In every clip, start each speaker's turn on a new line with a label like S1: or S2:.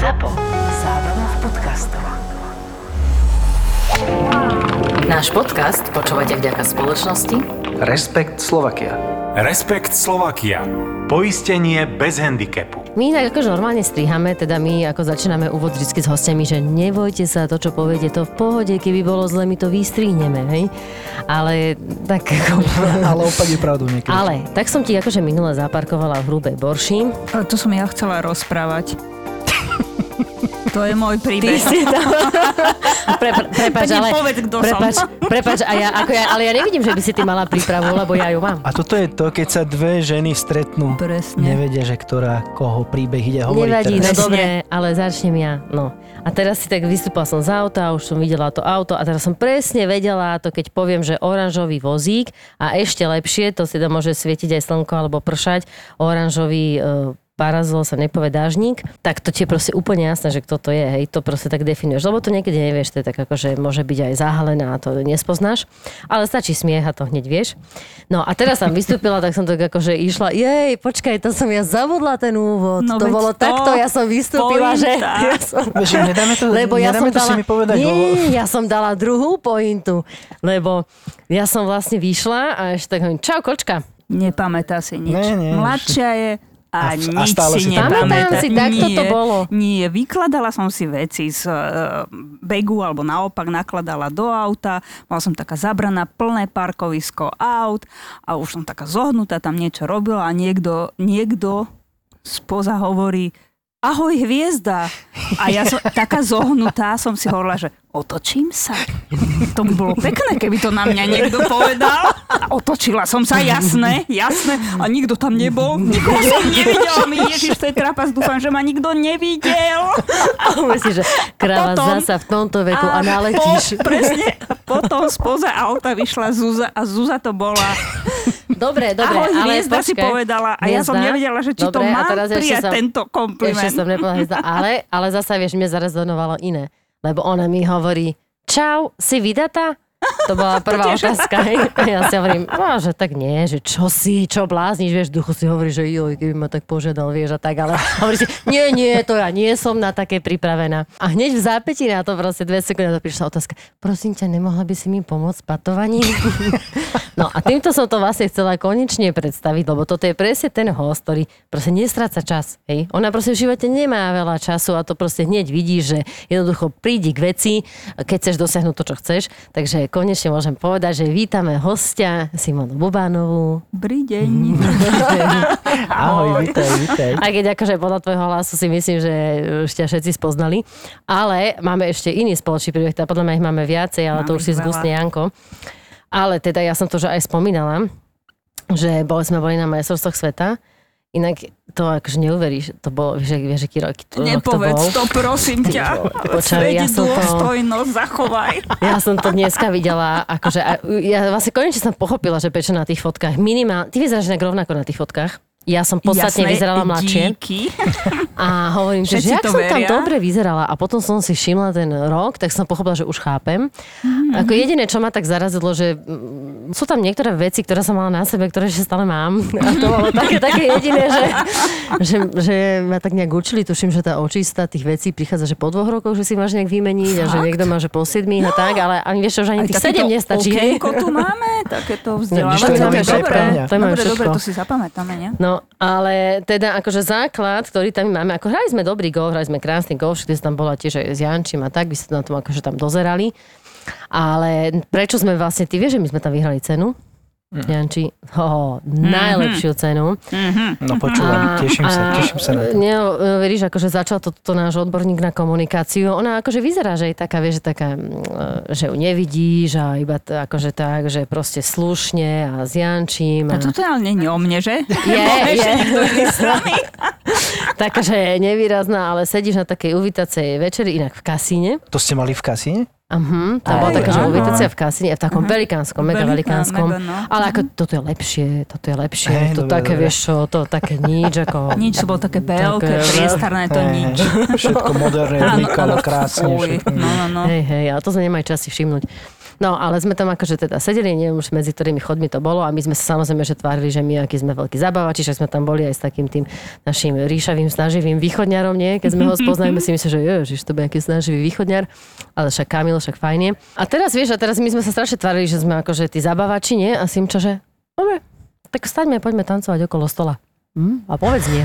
S1: ZAPO. Zábrná v podcastov. Náš podcast počúvate vďaka spoločnosti
S2: Respekt Slovakia.
S3: Respekt Slovakia.
S2: Poistenie bez handicapu.
S4: My inak akože normálne strihame, teda my ako začíname úvod vždy s hostiami, že nebojte sa, to čo poviete, to v pohode, keby bolo zle, my to vystrihneme, hej? Ale tak ako...
S5: Ale opak je pravdu niekedy.
S4: Ale tak som ti akože minule zaparkovala v Hrubej Borši.
S6: Ale to som ja chcela rozprávať. To je môj príbeh.
S4: Ty si tam... Prepáč, ale...
S6: Povedz, kto som.
S4: Prepáč, ale ja nevidím, že by si ty mala prípravu, lebo ja ju mám.
S5: A toto je to, keď sa dve ženy stretnú.
S6: Presne.
S5: Nevedia, že ktorá koho príbeh ide hovoriť.
S4: Nevadí,
S5: teraz.
S4: no dobre, ale začnem ja. No. A teraz si tak vystúpila som z auta, už som videla to auto a teraz som presne vedela to, keď poviem, že oranžový vozík a ešte lepšie, to si tam môže svietiť aj slnko alebo pršať, oranžový parazol sa nepovie dážnik, tak to ti je proste úplne jasné, že kto to je, hej, to proste tak definuješ, lebo to niekedy nevieš, to je tak ako, že môže byť aj zahalená a to nespoznáš, ale stačí smiech a to hneď vieš. No a teraz som vystúpila, tak som tak akože išla, počkaj, to som ja zabudla ten úvod,
S6: no
S4: to bolo takto, ja som vystúpila, že...
S5: Nedáme to,
S4: lebo ja som dala,
S5: si mi povedať.
S4: ja som dala druhú pointu, lebo ja som vlastne vyšla a ešte tak hovorím, čau kočka.
S6: Nepamätá si nič.
S5: Nie,
S6: Mladšia je a nič
S5: stále
S6: si
S4: Pamätám
S6: nepamätá.
S4: si, takto to bolo.
S6: Nie, vykladala som si veci z begu, alebo naopak nakladala do auta. Bola som taká zabraná, plné parkovisko aut a už som taká zohnutá, tam niečo robila a niekto spoza hovorí: ahoj hviezda. A ja som taká zohnutá, som si hovorila, že otočím sa. To by bolo pekné, keby to na mňa niekto povedal. A otočila som sa, jasné. A nikto tam nebol. Nikoho som nevidela. Ježiš, to je trapas, dúfam, že ma nikto nevidel.
S4: A myslíš, že kráva zasa v tomto veku a naletíš.
S6: Presne. Potom spoza auta vyšla Zúza a Zúza to bola...
S4: Dobre,
S6: ahoj,
S4: ale
S6: hviezda si povedala a ja som nevedela, že či to mám prijať tento kompliment.
S4: Ešte som nepovedala, ale zasa vieš, mne zarezonovalo iné. Lebo ona mi hovorí, čau, si vydatá? To bola prvá otázka. A ja si hovorím, že tak nie, že čo blázniš, vieš, duchu si hovorí, že keby ma tak požiadal, vieš, a tak, ale hovorí si, nie, to ja nie som na také pripravená. A hneď v zápätí na to proste 2 sekundy prišla otázka, prosím ťa, nemohla by si mi pomôcť s patovaním? No a týmto som to vlastne chcela konečne predstaviť, lebo toto je presne ten host, ktorý proste nestráca čas, hej. Ona proste v živote nemá veľa času a to proste hneď vidíš, že jednoducho prídi k veci, keď chceš dosiahnuť to, čo chceš, takže konečne môžem povedať, že vítame hostia Simonu Bubánovú.
S6: Dobrý deň.
S5: Ahoj, vítaj.
S4: Aj keď akože podľa tvojho hlasu si myslím, že už ťa všetci spoznali. Ale máme ešte iný spoločný príbeh, teda podľa mňa ich máme viacej, ale to už si zgustne Janko. Ale teda ja som to že aj spomínala, že sme boli na majstrovstvách sveta. Inak to akože neuveríš, to bolo, vieš, aký rok to bol?
S6: Nepovedz to, prosím ťa. Svedi dôstojnosť, zachovaj.
S4: Ja som to dneska videla, akože, ja vlastne konečne som pochopila, že prečo na tých fotkách minimálne, ty vyzeráš rovnako na tých fotkách. Ja som podstatne vyzerala mladšie.
S6: Díky.
S4: A hovorím, že jak som tam dobre vyzerala a potom som si všimla ten rok, tak som pochopila, že už chápem. Mm-hmm. Ako jediné, čo ma tak zarazilo, že sú tam niektoré veci, ktoré som mala na sebe, ktoré ešte stále mám. A to bolo také jediné, že ma tak nejak učili. Tuším, že tá očista tých vecí prichádza, že po 2 rokoch, že si máš nejak vymeniť a že niekto má, že po 7 a tak, ale ani vieš, že ani tých 7 nestačí.
S6: Okienko tu máme, takéto vzdelávanie. Dobre, to si zapamätáme, nie?
S4: No, ale teda akože základ, ktorý tam máme, ako hrali sme dobrý golf, hrali sme krásny golf, kde tam bola tiež aj s Jančím a tak, by ste na tom akože tam dozerali. Ale prečo sme vlastne, ty vieš, že my sme tam vyhrali cenu? Janči, najlepšiu cenu.
S5: No počúvam, teším sa na to.
S4: Veríš, akože začal to náš odborník na komunikáciu. Ona akože vyzerá, že je taká, vieš, že taká, že ju nevidíš a iba akože tak, že proste slušne a s Jančím.
S6: A toto ale nie o mne, že?
S4: Je. Takže nevýrazná, ale sedíš na takej uvítacej večeri, inak v kasíne.
S5: To ste mali v kasíne?
S4: Tam bola taká, že uvítacia v kasíne, v takom velikánskom, mega velikánskom. Ale ako toto je lepšie, to také, vieš čo, to také nič, ako...
S6: Nič, to bolo také veľké, priestarné, to nič.
S5: Všetko moderné, vnikalo krásne.
S6: No.
S4: Hej, ale to sa nemajú čas si všimnúť. No, ale sme tam akože teda sedeli, neviem už medzi ktorými chodmi to bolo a my sme sa samozrejme, že tvárili, že my akí sme veľkí zabávači, že sme tam boli aj s takým tým našim ríšavým, snaživým východňarom, nie? Keď sme ho spoznali, si mysleli, že ježiš, to bude aký snaživý východňar, ale však Kamil, však fajne. A teraz vieš, my sme sa strašne tvárili, že sme akože tí zabávači, nie? A Simča, že dobre, tak staňme, poďme tancovať okolo stola. A povedz nie.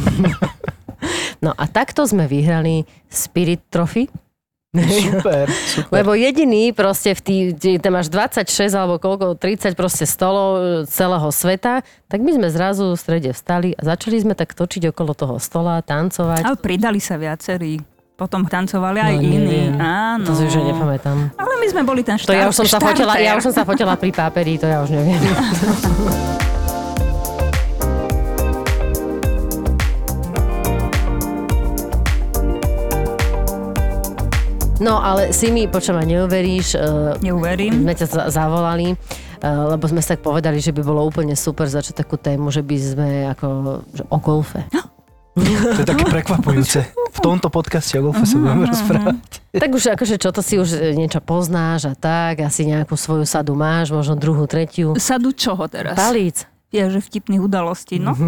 S4: No a takto sme vyhrali Spirit Trophy.
S5: Super.
S4: Lebo jediný proste tam máš 26 alebo koľko, 30 proste stolov celého sveta, tak my sme zrazu v strede vstali a začali sme tak točiť okolo toho stola, tancovať.
S6: Ale pridali sa viacerí. Potom tancovali aj iní. Áno.
S4: To si už nepamätám.
S6: Ale my sme boli ten
S4: ja už som sa fotila pri páperi, to ja už neviem. No, ale si mi, počo ma neuveríš.
S6: Neuverím.
S4: Sme ťa zavolali, lebo sme sa tak povedali, že by bolo úplne super začať takú tému, že by sme o golfe.
S5: To je také prekvapujúce. V tomto podcaste o golfe sa budeme rozprávať.
S4: Tak už akože čo, to si už niečo poznáš a tak, asi nejakú svoju sadu máš, možno druhú, tretiu.
S6: Sadu čoho teraz?
S4: Palíc.
S6: Je, že vtipných udalostí, no.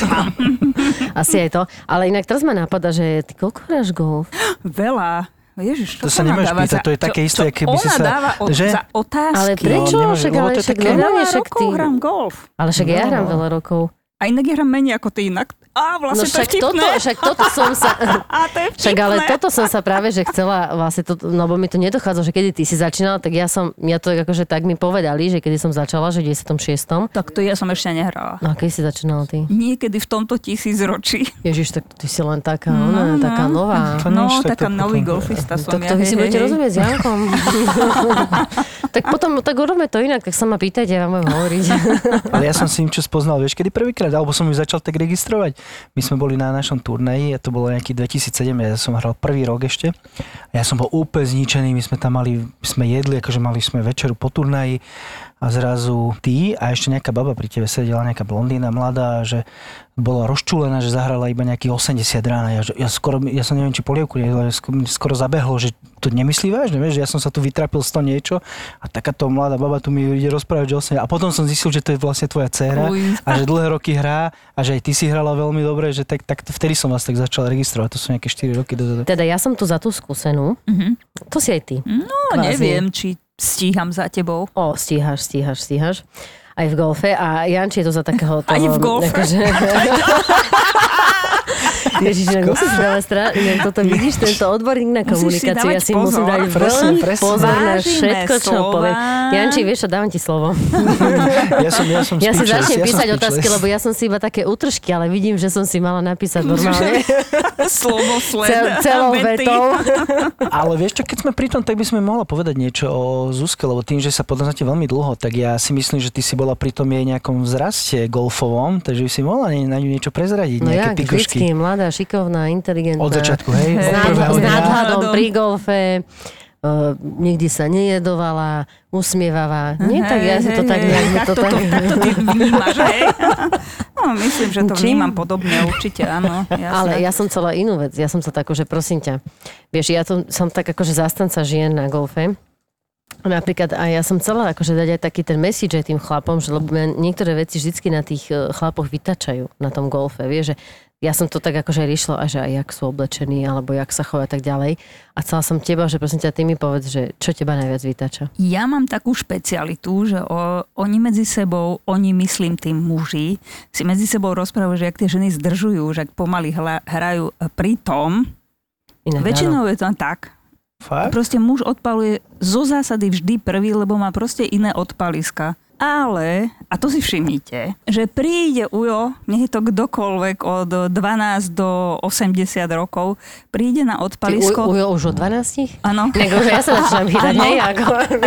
S4: Asi aj to. Ale inak teraz ma napadá, že ty koľko hráš golf?
S6: Veľa. Ježiš,
S5: to sa nemáš pýtať, to je také isté, keby si sa...
S6: Ona dáva za otázky.
S4: Ale prečo?
S5: No,
S4: však, ale však
S6: veľa rokov hrám golf.
S4: Ale však ja hrám veľa rokov.
S6: A inak ja hrám menej ako ty inak. Vlastne
S4: no však
S6: to je vtipné.
S4: však toto som sa...
S6: A to je vtipné.
S4: Však ale toto som sa práve, že chcela vlastne, no bo mi to nedochádza, že kedy ty si začínala, tak ja to akože tak mi povedali, že kedy som začala, že v 96.
S6: Tak to ja som ešte nehrala.
S4: No a kedy si začínala ty?
S6: Niekedy v tomto 1000 ročí.
S4: Ježiš, tak ty si len taká, taká nová.
S6: No, taká nový golfista som ja.
S4: Tak to vy si budete rozumieť s Jankom. Tak potom, tak urobme to inak, tak sa ma pýtajte, ja vám budem hovoriť.
S5: Ale ja som si im čo spoznal, vieš, kedy prvýkrát, alebo som ju začal tak registrovať. My sme boli na našom turnaji, a to bolo nejaký 2007, ja som hral prvý rok ešte. A ja som bol úplne zničený, my sme jedli, akože mali sme večeru po turnaji a zrazu ty a ešte nejaká baba pri tebe sedela, nejaká blondína mladá, že bola rozčúlená, že zahrala iba nejakých 80 rána. Ja som neviem, či polievku skoro zabehlo, že to nemyslí vážne, vieš, že ja som sa tu vytrapil z toho niečo a takáto mladá baba tu mi ide rozprávať, že 80. A potom som zistil, že to je vlastne tvoja dcéra a že dlhé roky hrá a že aj ty si hrala veľmi dobre, že tak vtedy som vás tak začal registrovať. To sú nejaké 4 roky dozadu.
S4: Teda ja som tu za tú skúsenú. To si aj ty.
S6: No, neviem, či stíham za tebou.
S4: Stíhaš. Aj v golfe. A Janči je to za takého...
S6: Aj v golfe?
S4: Ježiš, musíš si dávať toto vidíš, tento odborník na komunikáciu. Ja si musím dať veľmi pozor na všetko, čo poviem. Janči, vieš čo, dávam ti slovo. Ja si začnem písať otázky, lebo ja som si iba také útržky, ale vidím, že som si mala napísať normálne.
S6: Slovo sled.
S4: Celou vetou.
S5: Ale vieš čo, keď sme pri tom, tak by sme mohla povedať niečo o Zuzke, lebo tým, že sa poznáte veľmi dlho, tak ja si myslím, že ty si bola pri tom jej nejakom vzraste golfovom, takže by si mohla na ňu niečo prezradiť,
S4: no
S5: nejaké pikošky.
S4: Vždycky, mladá, šikovná, inteligentná.
S5: Od začiatku, hej?
S4: S nadhľadom pri golfe. Nikdy sa nejedovala, usmievavá. Nie, tak ja si to tak nejak...
S6: Takto ty vnímaš, hej? No, myslím, že to vnímam podobne, určite, áno. Jasne.
S4: Ale ja som celá inú vec. Ja som sa tak, že prosím ťa, vieš, ja som tak akože zastanca žien na golfe. Napríklad aj ja som chcela akože dať aj taký ten message aj tým chlapom, že lebo niektoré veci vždycky na tých chlapoch vytačajú na tom golfe, vieš, že ja som to tak akože riešila, že aj jak sú oblečení, alebo jak sa chovia tak ďalej. A chcela som teba, že prosím ťa, ty mi povedz, že čo teba najviac vytača. Ja
S6: mám takú špecialitu, že oni medzi sebou, myslím tým muži, si medzi sebou rozprávajú, že jak tie ženy zdržujú, že ak pomaly hrajú pritom. Väčšinou je to tak.
S5: Fakt?
S6: Proste muž odpaluje zo zásady vždy prvý, lebo má proste iné odpaliska. Ale, a to si všimnite, že príde Ujo, nech je to kdokoľvek od 12 do 80 rokov, príde na odpalisko.
S4: Ujo už od 12?
S6: Áno.
S4: Ja sa začínam chytať, hej, ako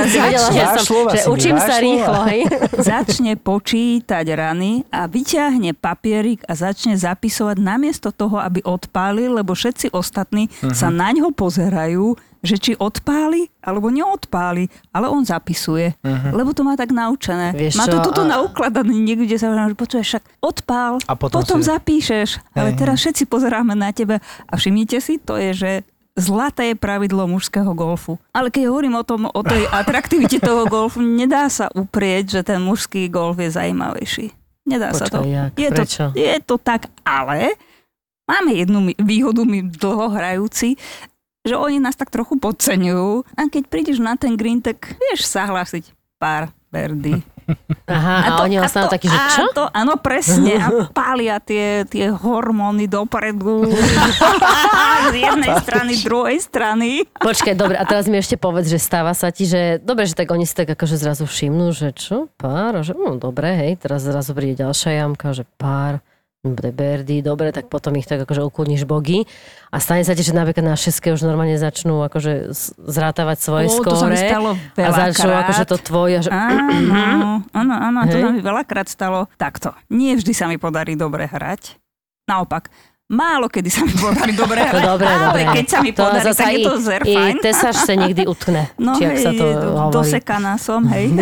S4: že učím sa rýchlo, hej.
S6: Začne počítať rany a vyťahne papierik a začne zapisovať namiesto toho, aby odpálil, lebo všetci ostatní sa na ňo pozerajú, že či odpáli, alebo neodpáli, ale on zapisuje, lebo to má tak naučené.
S4: Vieš
S6: má to
S4: čo?
S6: tuto naukladané niekde, sa hovorím, že počuješ, však odpál,
S5: a potom
S6: zapíšeš. Ale teraz všetci pozeráme na teba a všimnite si, to je, že zlaté pravidlo mužského golfu. Ale keď hovorím o tej atraktivite toho golfu, nedá sa uprieť, že ten mužský golf je zaujímavejší. Nedá sa to.
S4: Prečo?
S6: Je to tak, ale máme jednu výhodu, my dlho hrajúci, že oni nás tak trochu podceňujú a keď prídeš na ten green, tak vieš sa hlásiť pár birdie.
S4: Aha, a oni ostanú takí, že čo?
S6: Áno, presne. A pália tie hormóny dopredu. Z jednej strany, druhej strany.
S4: Počkaj, dobre, a teraz mi ešte povedz, že stáva sa ti, že dobre, že tak oni si tak akože zrazu všimnú, že čo, pár, a že dobre, hej, teraz zrazu príde ďalšia jamka, že pár, bude birdie, dobre, tak potom ich tak akože ukludníš bogy. A stane sa ti, že napríklad na šeske už normálne začnú akože zrátavať svoje skóre.
S6: To sa mi stalo veľakrát.
S4: A začnú akože to tvoje. Že...
S6: Áno, to sa mi veľakrát stalo. Takto, nie vždy sa mi podarí dobre hrať. Naopak, málo kedy sa mi podarí dobre hrať, ale keď sa mi podarí, tak je to zer fajn.
S4: I tesaž sa nikdy utkne, či ak sa to hovorí.
S6: Dosekaná som, hej.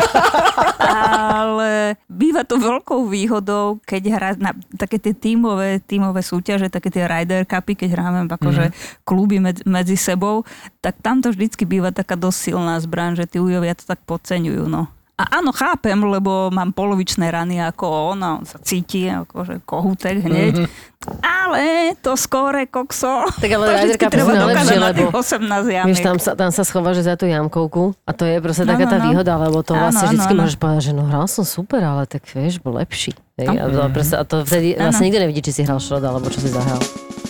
S6: Ale býva to veľkou výhodou, keď hrá na také tie tímové súťaže, také tie Ryder Cupy, keď hráme akože kluby medzi sebou, tak tam to vždycky býva taká dosť silná zbraň, že tí ujovia to tak podceňujú, no. A áno, chápem, lebo mám polovičné rany ako on a on sa cíti akože kohútek hneď. Ale to skóre, kokso,
S4: tak ale
S6: to vždycky treba dokázať na tých 18 jamiek.
S4: Vieš, tam sa schováš za tú jamkovku a to je proste taká tá výhoda, lebo to vlastne vždycky môžeš povedať, že hral som super, ale tak vieš, bol lepší. A to vtedy vlastne nikto nevidí, či si hral šrot, alebo čo si zahral.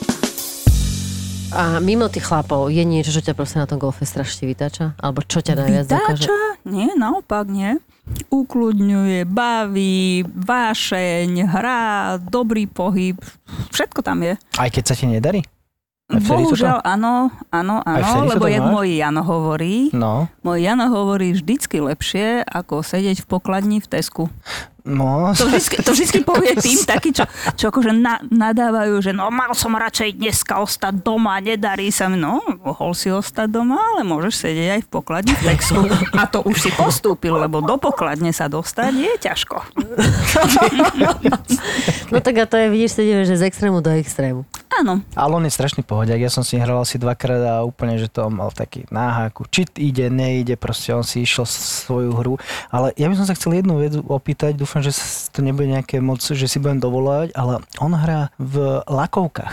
S4: A mimo tých chlapov, je niečo, čo ťa proste na tom golfe strašne vytáča? Alebo čo ťa najviac dokáže?
S6: Nie, naopak nie. Ukludňuje, baví, vášeň, hrá, dobrý pohyb, všetko tam je.
S5: Aj keď sa ti nedarí?
S6: Bohužiaľ, áno, lebo jak môj Jano hovorí, môj Jano hovorí vždycky lepšie, ako sedieť v pokladni v Tesku.
S5: No.
S6: To vždycky povie tým taký, čo akože nadávajú, že mal som radšej dneska ostať doma, nedarí sa mi. No, mohol si ostať doma, ale môžeš sedieť aj v pokladni v Tesku. A to už si postúpil, lebo do pokladne sa dostať je ťažko.
S4: No tak a to je, vidíš, sedíme, že z extrému do extrému.
S6: Áno.
S5: Ale on je strašný pohodiak. Ja som si hral asi 2-krát a úplne, že to mal taký náháku. Či ide, nejde, proste on si išiel svoju hru. Ale ja by som sa chcel jednu vedu opýtať, dúfam, že to nebude nejaké moc, že si budem dovolávať, ale on hrá v lakovkách.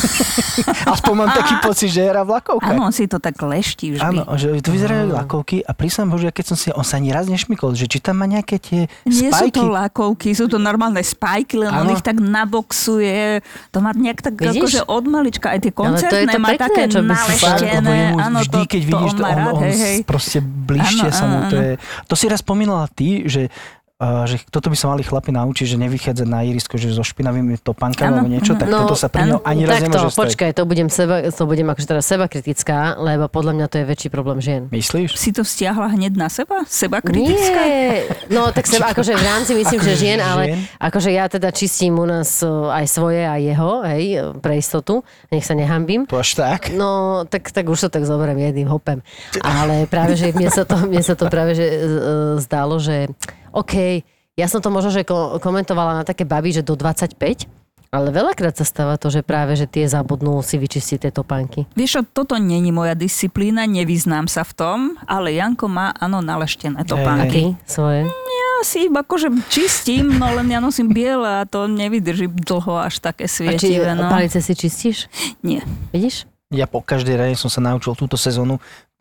S5: Aspoň mám taký pocit, že hrá v lakovkách.
S6: Áno, on si to tak leští vždy.
S5: Áno, že to vyzerajú lakovky a prísam Bože, keď som si, on sa ani raz nešmykol, že či tam má nejaké tie spajky.
S6: Nie sú to lakovky, sú to normálne spajky, len on ich tak naboxuje. To má nejak tak akože od malička, aj tie koncertné má
S4: pekné,
S6: také naleštené.
S5: Áno, vždy, keď vidíš,
S6: to on má rád, hej.
S5: Proste bližšie sa mu. To si raz spomínala ty, že toto by sa mali chlapi naučiť, že nevychádzať na irisko, že so špinavými topánkami alebo niečo, tak toto sa pri ňom ani raz nemôže stať.
S4: Počkaj, to budem akože teraz seba kritická, lebo podľa mňa to je väčší problém žien.
S5: Myslíš?
S6: Si to vzťahla hneď na seba? Seba kritická?
S4: Nie, no tak akože v rámci myslím, že žien, ale akože ja teda čistím u nás aj svoje a jeho, hej, pre istotu, nech sa nehambím.
S5: To až tak?
S4: No, tak už to tak zoberiem jedným hopem. Ale práve, že mne sa to práve že zdalo, že OK, ja som to možno, že komentovala na také baby, že do 25, ale veľakrát sa stáva to, že práve, že tie zabudnú si vyčistiť tie topánky.
S6: Vieš čo, toto není moja disciplína, nevyznám sa v tom, ale Janko má, naleštené topánky.
S4: A ty svoje?
S6: Ja si iba akože čistím, no len ja nosím biele a to nevydrží dlho až také svietivé.
S4: A či palice si čistíš?
S6: Nie.
S4: Vidíš?
S5: Ja po každej rane som sa naučil túto sezónu,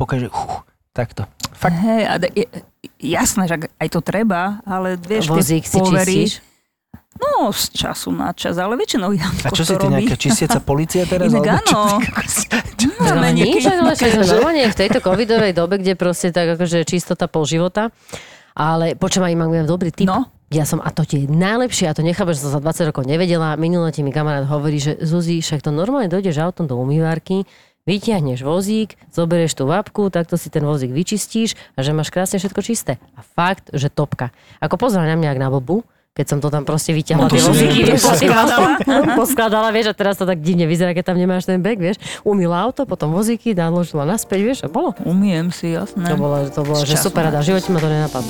S5: takto. Fakt.
S6: Hej, jasné, že aj to treba, ale vieš,
S4: vozík
S6: tie povery...
S4: si čistíš?
S6: No, z času na čas, ale väčšinou Janko to robí.
S5: A čo si ty, nejaká čistieca polícia teraz?
S6: Inak áno.
S4: Nič, ale normálne v tejto covidovej dobe, kde proste tak akože čistota pol života, ale počúvaj, mám dobrý tip.
S6: No.
S4: Ja som, a to ti je najlepšie, a to nechápeš, že som za 20 rokov nevedela. Minulé ti mi kamarát hovorí, že Zuzi, však to normálne dojdeš autom do umývárky, vytiahneš vozík, zoberieš tú vapku, takto si ten vozík vyčistíš a že máš krásne všetko čisté. A fakt, že topka. Ako pozeraj na mňa jak na blbu, keď som to tam proste vyťahla, tie vozíky poskladala, vieš, a teraz to tak divne vyzerá, keď tam nemáš ten bek, vieš. Umýla auto, potom vozíky, naložila naspäť, vieš, a bolo.
S6: Umiem si, jasné.
S4: To bolo že super rada. V živote ma to nenapadlo.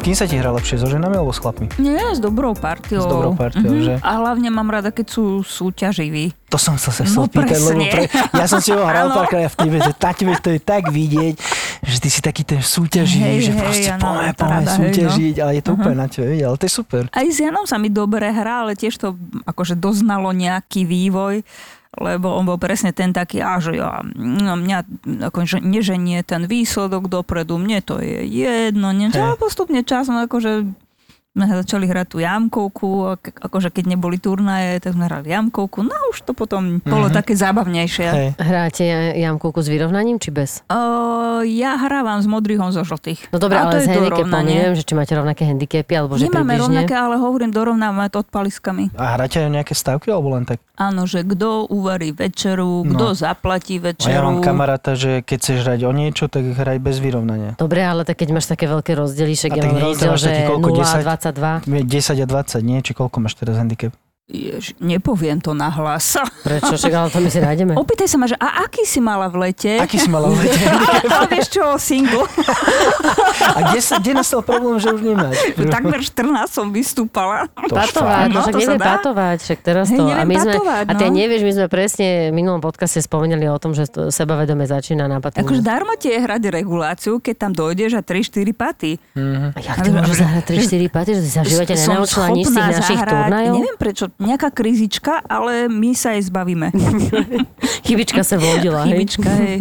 S5: kým sa ti hrá lepšie, so ženami alebo s chlapmi?
S6: Nie, s dobrou partiou.
S5: S dobrou partiou, že?
S6: A hlavne mám rada, keď sú súťaživí.
S5: To som sa chcel pýtať, lebo ja som si ho hral párkrát v tebe, že to je tak vidieť, že ty si taký ten súťaživý, že proste poďme súťažiť, ale je to úplne na tebe, ale to je super.
S6: Aj s Janom sa mi dobre hrá, ale tiež to akože doznalo nejaký vývoj, lebo on bol presne ten taký, že mňa akože neženie ten výsledok dopredu, mne to je jedno, ale postupne časom akože sme začali hrať tú jamkovku, akože keď neboli turnaje, tak sme hrali jamkovku, no už to potom bolo také zábavnejšie.
S5: Hej.
S4: Hráte jamkovku s vyrovnaním, či bez?
S6: Ja hrávam s modrýhom zo žltých.
S4: No dobré, ale s handicapom, neviem, že či máte rovnaké handicapy, alebo že
S6: nemáme
S4: približne.
S6: rovnaké, ale hovorím, dorovnávame to odpaliskami.
S5: A hráte aj nejaké stavky, alebo len tak?
S6: Áno, že kto uvarí večeru, kto zaplatí večeru.
S5: A ja mám kamaráta, že keď chceš hrať o niečo, tak hraj bez vyrovnania.
S4: Dobre, ale tak keď máš také veľké rozdiely, však
S5: A
S4: ja
S5: tak
S4: mám
S5: nie, to
S4: rozdiel,
S5: máš
S4: že
S5: taký koľko,
S4: 0 a
S5: 10?
S4: 22.
S5: 10 a 20, nie? Či koľko máš teraz handicap?
S6: Nepoviem to nahlas.
S4: Prečo? Však ale to my si nájdeme.
S6: Opýtaj sa ma, že a aký si mala v lete?
S5: Aký si mala v lete?
S6: Ale vieš čo, single.
S5: A kde nastal problém, že už nemáš?
S6: Takmer 14 som vystúpala.
S4: Patovať, no však
S6: to sa
S4: ideme
S6: dá?
S4: patovať, však teraz to.
S6: Hej, neviem patovať,
S4: a ty nevieš, my sme presne v minulom podcaste spomenuli o tom, že to sebavedome začína na patovanie.
S6: Akože darmo ti je hrať reguláciu, keď tam dojdeš a 3-4 paty.
S4: A jak ty môžeš zahrať 3-4 paty, že ty sa v živote nenaučila nič z tých našich turnajov?
S6: Neviem prečo, nejaká krizička, ale my sa jej zbavíme.
S4: Chybička sa vodila, hej?
S6: Chybička, hej.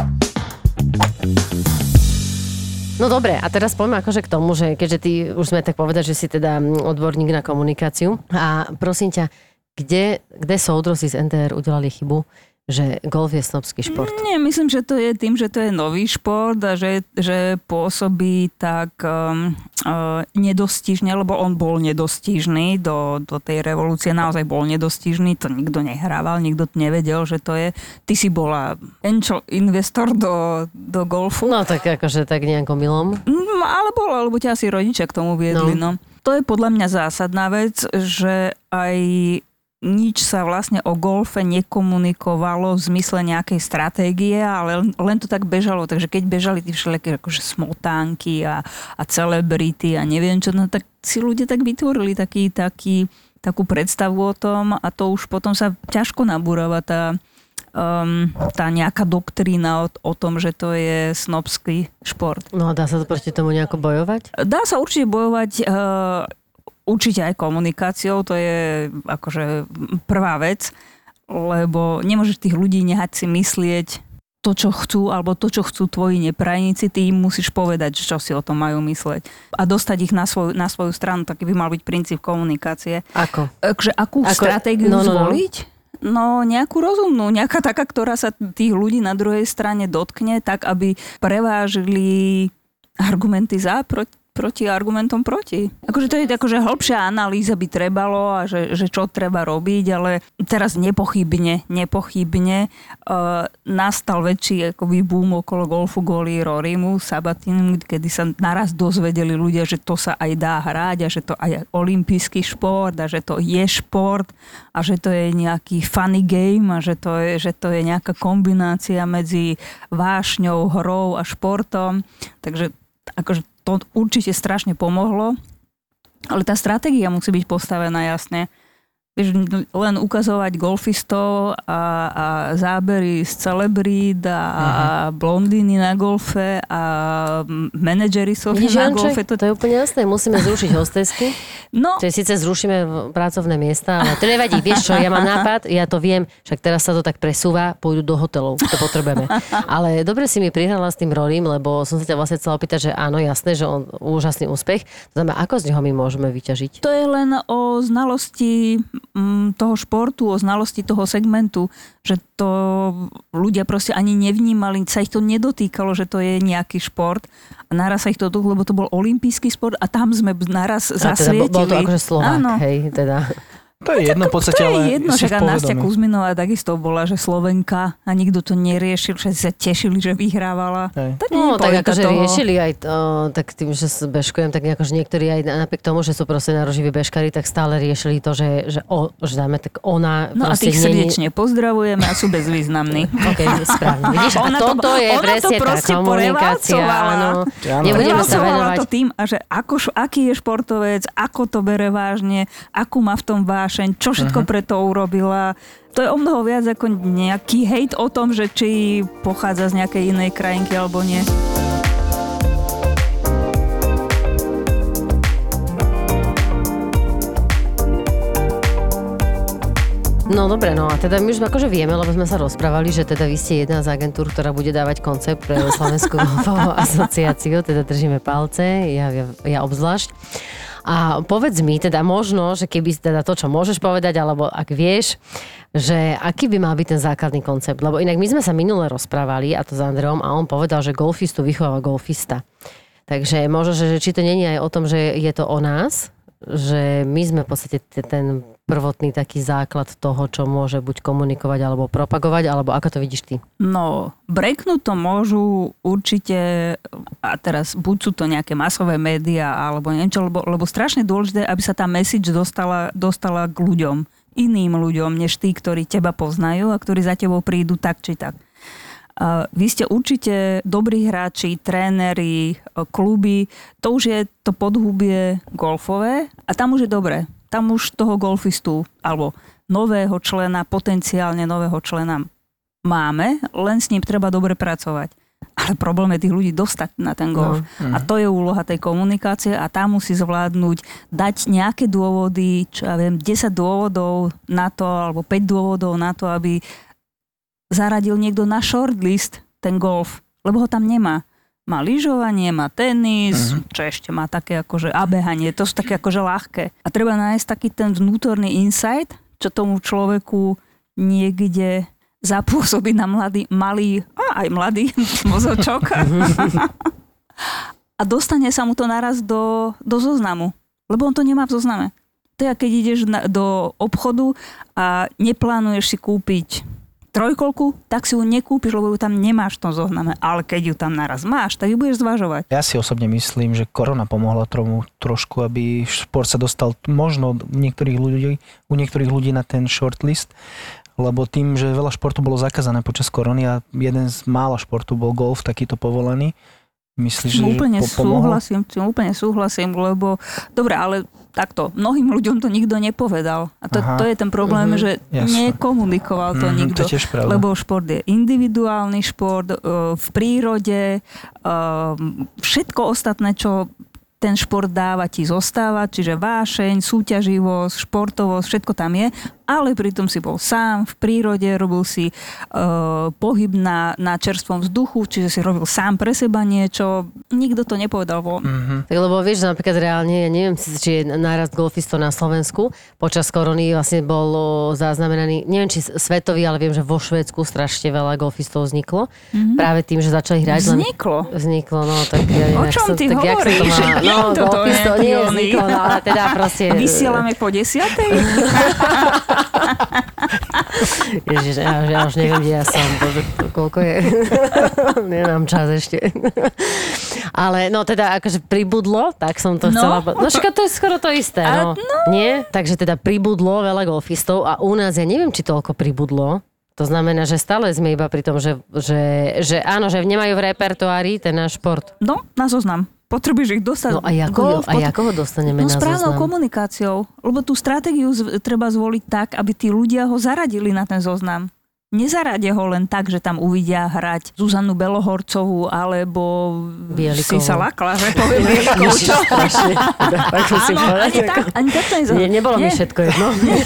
S4: No dobre, a teraz poďme akože k tomu, že keďže ty už sme tak povedať, že si teda odborník na komunikáciu a prosím ťa, kde soudrosi z NTR udelali chybu, že golf je snobský šport?
S6: Nie, myslím, že to je tým, že to je nový šport a že pôsobí tak nedostižne, lebo on bol nedostižný do tej revolúcie, naozaj bol nedostižný, to nikto nehrával, nikto nevedel, že to je. Ty si bola angel investor do golfu.
S4: No tak akože tak nejakom milom.
S6: Ale bolo, lebo ťa asi rodičia k tomu viedli. No. To je podľa mňa zásadná vec, že aj nič sa vlastne o golfe nekomunikovalo v zmysle nejakej stratégie, ale len to tak bežalo. Takže keď bežali tí všelijaké akože smotánky a celebrity a neviem čo, no tak si ľudia tak vytvorili takú predstavu o tom a to už potom sa ťažko nabúrava tá nejaká doktrína o tom, že to je snobský šport.
S4: No a dá sa to proti tomu nejako bojovať?
S6: Dá sa určite bojovať určite aj komunikáciou, to je akože prvá vec, lebo nemôžeš tých ľudí nehať si myslieť to, čo chcú, alebo to, čo chcú tvoji neprajníci, ty im musíš povedať, čo si o tom majú mysleť. A dostať ich na svoju stranu, taký by mal byť princíp komunikácie.
S4: Ako?
S6: Akú stratégiu zvoliť? No nejakú rozumnú, nejaká taká, ktorá sa tých ľudí na druhej strane dotkne, tak aby prevážili argumenty za, proti argumentom proti. Akože to je akože hĺbšia analýza by trebalo a že čo treba robiť, ale teraz nepochybne nastal väčší akoby boom okolo golfu kvôli Rorymu Sabatinu, kedy sa naraz dozvedeli ľudia, že to sa aj dá hrať a že to aj olympijský šport a že to je šport a že to je nejaký funny game a že to je nejaká kombinácia medzi vášňou, hrou a športom. Takže akože to určite strašne pomohlo, ale tá stratégia musí byť postavená jasne. Vieš, len ukazovať golfistov a zábery z celebrít a blondíny na golfe a manažery na golfe.
S4: To je úplne jasné, musíme zrušiť hostesky.
S6: No.
S4: Čiže síce zrušíme pracovné miesta, ale to nevadí. Vieš čo, ja mám nápad, ja to viem, však teraz sa to tak presúva, pôjdu do hotelov, to potrebujeme. Ale dobre si mi prihrala s tým Rorym, lebo som sa ťa vlastne chcela opýtať, že áno, jasné, že on úžasný úspech. To znamená, ako z neho my môžeme vyťažiť?
S6: To je len o znalosti toho športu, o znalosti toho segmentu, že to ľudia proste ani nevnímali, sa ich to nedotýkalo, že to je nejaký šport a naraz sa ich to dotklo, lebo to bol olympijský šport a tam sme naraz zasvietili.
S4: Bol to akože Slovák, hej, teda.
S5: To je jedno v podstate,
S6: To
S5: ale
S6: je jedno,
S5: si
S6: že Nastia
S5: povedomý.
S6: Kuzminová takisto bola, že Slovenka a nikto to neriešil, že sa tešili, že vyhrávala.
S5: Hej.
S6: To nie je
S4: No, tak
S6: pointa
S4: akože
S6: toho.
S4: riešili aj to, tak tým, že bežkujem, tak akože niektorí aj napriek tomu, že sú proste naroživí bežkári, tak stále riešili to, že dáme, tak ona
S6: No a
S4: proste
S6: tých srdečne pozdravujeme a sú bezvýznamní.
S4: OK, správne. Vidíš, a
S6: Ona
S4: toto je presne tá
S6: proste
S4: komunikácia.
S6: porevalcovala.
S4: Áno.
S5: Áno.
S4: Nebudeme sa
S6: Prevalcovala
S4: venovať.
S6: to tým, a že aký je športovec, ako to bere vážne, akú má v tom vášeň, čo všetko preto urobila. To je o mnoho viac ako nejaký hejt o tom, že či pochádza z nejakej inej krajinky alebo nie.
S4: No dobre, no a teda my už akože vieme, lebo sme sa rozprávali, že teda vy ste jedna z agentúr, ktorá bude dávať koncept pre Slovenskú golfovú asociáciu, teda držíme palce, ja obzvlášť. A povedz mi teda možno, že keby teda to, čo môžeš povedať, alebo ak vieš, že aký by mal byť ten základný koncept. Lebo inak my sme sa minule rozprávali, a to s Andreom, a on povedal, že golfistu vychováva golfista. Takže možno, že či to nie je aj o tom, že je to o nás, že my sme v podstate ten prvotný taký základ toho, čo môže buď komunikovať, alebo propagovať, alebo ako to vidíš ty?
S6: No, breaknúť to môžu určite, a teraz buď sú to nejaké masové médiá, alebo niečo, lebo strašne dôležité, aby sa tá message dostala k ľuďom, iným ľuďom, než tí, ktorí teba poznajú a ktorí za tebou prídu tak či tak. Vy ste určite dobrí hráči, tréneri, kluby, to už je to podhubie golfové a tam už je dobre. Tam už toho golfistu alebo nového člena, potenciálne nového člena máme, len s ním treba dobre pracovať. Ale problém je tých ľudí dostať na ten golf. A to je úloha tej komunikácie a tá musí zvládnuť, dať nejaké dôvody, čo ja viem, 10 dôvodov na to, alebo 5 dôvodov na to, aby zaradil niekto na shortlist ten golf, lebo ho tam nemá. Má lyžovanie, má tenis, čo ešte má také akože a behanie, to sú také akože ľahké. A treba nájsť taký ten vnútorný insight, čo tomu človeku niekde zapôsobí na malý mozočok. A dostane sa mu to naraz do zoznamu, lebo on to nemá v zozname. To je, keď ideš do obchodu a neplánuješ si kúpiť trojkolku, tak si ju nekúpiš, lebo ju tam nemáš v tom zozname. Ale keď ju tam naraz máš, tak ju budeš zvažovať.
S5: Ja si osobne myslím, že korona pomohla tomu trošku, aby šport sa dostal možno u niektorých ľudí na ten shortlist, lebo tým, že veľa športu bolo zakázané počas korony a jeden z mála športu bol golf, takýto povolený. Myslíš, že pomohol?
S6: Úplne súhlasím, lebo dobre, ale takto, mnohým ľuďom to nikto nepovedal. A to je ten problém, že nekomunikoval to nikto.
S5: To je tiež pravda.
S6: Lebo šport je individuálny šport, v prírode, všetko ostatné, čo ten šport dáva, ti zostáva, čiže vášeň, súťaživosť, športovosť, všetko tam je, ale pritom si bol sám v prírode, robil si pohyb na čerstvom vzduchu, čiže si robil sám pre seba niečo. Nikto to nepovedal von.
S4: Tak lebo vieš, napríklad reálne, ja neviem, či je nárast golfistov na Slovensku. Počas korony vlastne bol zaznamenaný, neviem, či svetový, ale viem, že vo Švédsku strašne veľa golfistov vzniklo. Práve tým, že začali hrať. Vzniklo, no tak
S6: o čom ty hovoríš?
S4: No, golfistov nie vzniklo, no, ale teda proste...
S6: Vysielame po 10:00?
S4: Ježiš, ja už neviem, kde ja som. Bože, koľko je? Nemám čas ešte. Ale no teda akože pribudlo, tak som to chcela... No však to je skoro to isté, no. Nie? Takže teda pribudlo veľa golfistov a u nás, ja neviem, či toľko pribudlo. To znamená, že stále sme iba pri tom, že áno, že nemajú v repertoári ten náš šport.
S6: No, na zoznam. Potrebuješ ich dostať.
S4: No a ako ho dostaneme na zoznam?
S6: Správnou komunikáciou. Lebo tú stratégiu treba zvoliť tak, aby tí ľudia ho zaradili na ten zoznam. Nezaradia ho len tak, že tam uvidia hrať Zuzanu Belohorcovú alebo
S4: Bielikovú.
S6: si sa lakla, že poviem Bielikovú. Čo? Ani tak to
S4: nebolo mi všetko jedno.